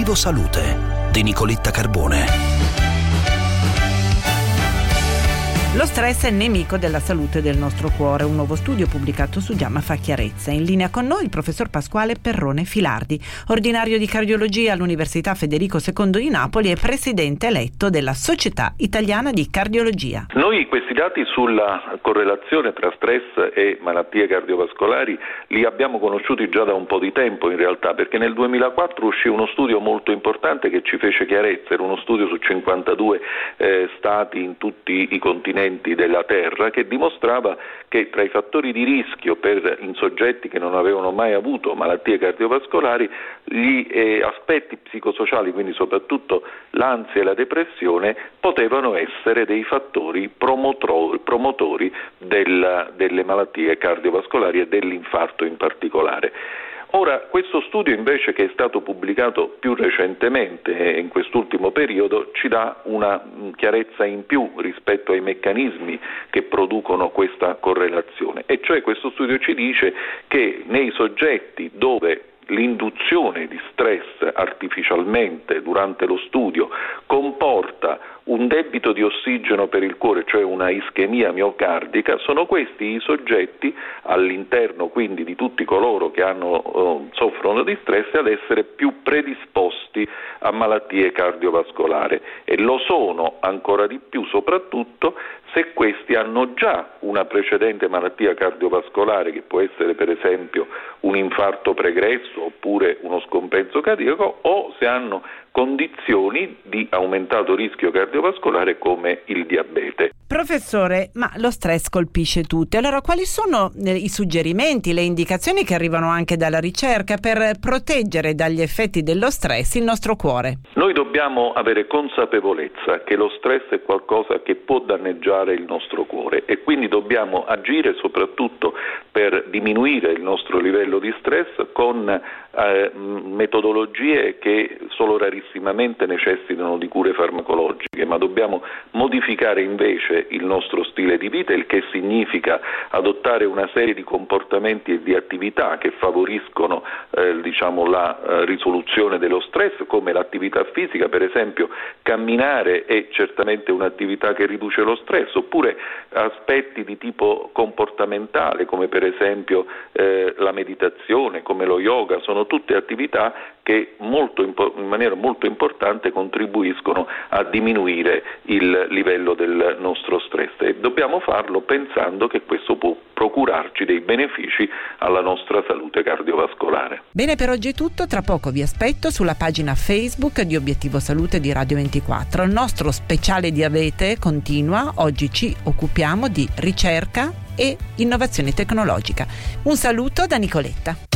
Obiettivo Salute di Nicoletta Carbone. Lo stress è nemico della salute del nostro cuore. Un nuovo studio pubblicato su JAMA fa chiarezza. In linea con noi il professor Pasquale Perrone Filardi, ordinario di cardiologia all'Università Federico II di Napoli e presidente eletto della Società Italiana di Cardiologia. Noi questi dati sulla correlazione tra stress e malattie cardiovascolari li abbiamo conosciuti già da un po' di tempo in realtà, perché nel 2004 uscì uno studio molto importante che ci fece chiarezza. Era uno studio su 52 stati in tutti i continenti della Terra, che dimostrava che tra i fattori di rischio in soggetti che non avevano mai avuto malattie cardiovascolari, gli aspetti psicosociali, quindi soprattutto l'ansia e la depressione, potevano essere dei fattori promotori delle malattie cardiovascolari e dell'infarto in particolare. Ora, questo studio invece, che è stato pubblicato più recentemente in quest'ultimo periodo, ci dà una chiarezza in più rispetto ai meccanismi che producono questa correlazione, e cioè questo studio ci dice che nei soggetti dove l'induzione di stress artificialmente durante lo studio comporta un debito di ossigeno per il cuore, cioè una ischemia miocardica, sono questi i soggetti, all'interno quindi di tutti coloro che soffrono di stress, ad essere più predisposti a malattie cardiovascolari, e lo sono ancora di più soprattutto se questi hanno già una precedente malattia cardiovascolare, che può essere per esempio un infarto pregresso oppure uno scompenso cardiaco, o se hanno condizioni di aumentato rischio cardiovascolare come il diabete. Professore, ma lo stress colpisce tutti. Allora, quali sono i suggerimenti, le indicazioni che arrivano anche dalla ricerca per proteggere dagli effetti dello stress il nostro cuore? Noi dobbiamo avere consapevolezza che lo stress è qualcosa che può danneggiare il nostro cuore, e quindi dobbiamo agire soprattutto per diminuire il nostro livello di stress con metodologie che solo rarissimamente necessitano di cure farmacologiche, ma dobbiamo modificare invece il nostro stile di vita, il che significa adottare una serie di comportamenti e di attività che favoriscono la risoluzione dello stress, come l'attività fisica. Per esempio, camminare è certamente un'attività che riduce lo stress, oppure aspetti di tipo comportamentale come per esempio la meditazione, come lo yoga, sono tutte attività che in maniera molto importante contribuiscono a diminuire il livello del nostro stress, e dobbiamo farlo pensando che questo può procurarci dei benefici alla nostra salute cardiovascolare. Bene, per oggi è tutto. Tra poco vi aspetto sulla pagina Facebook di Obiettivo Salute di Radio 24. Il nostro speciale diabete continua. Oggi ci occupiamo di ricerca e innovazione tecnologica. Un saluto da Nicoletta.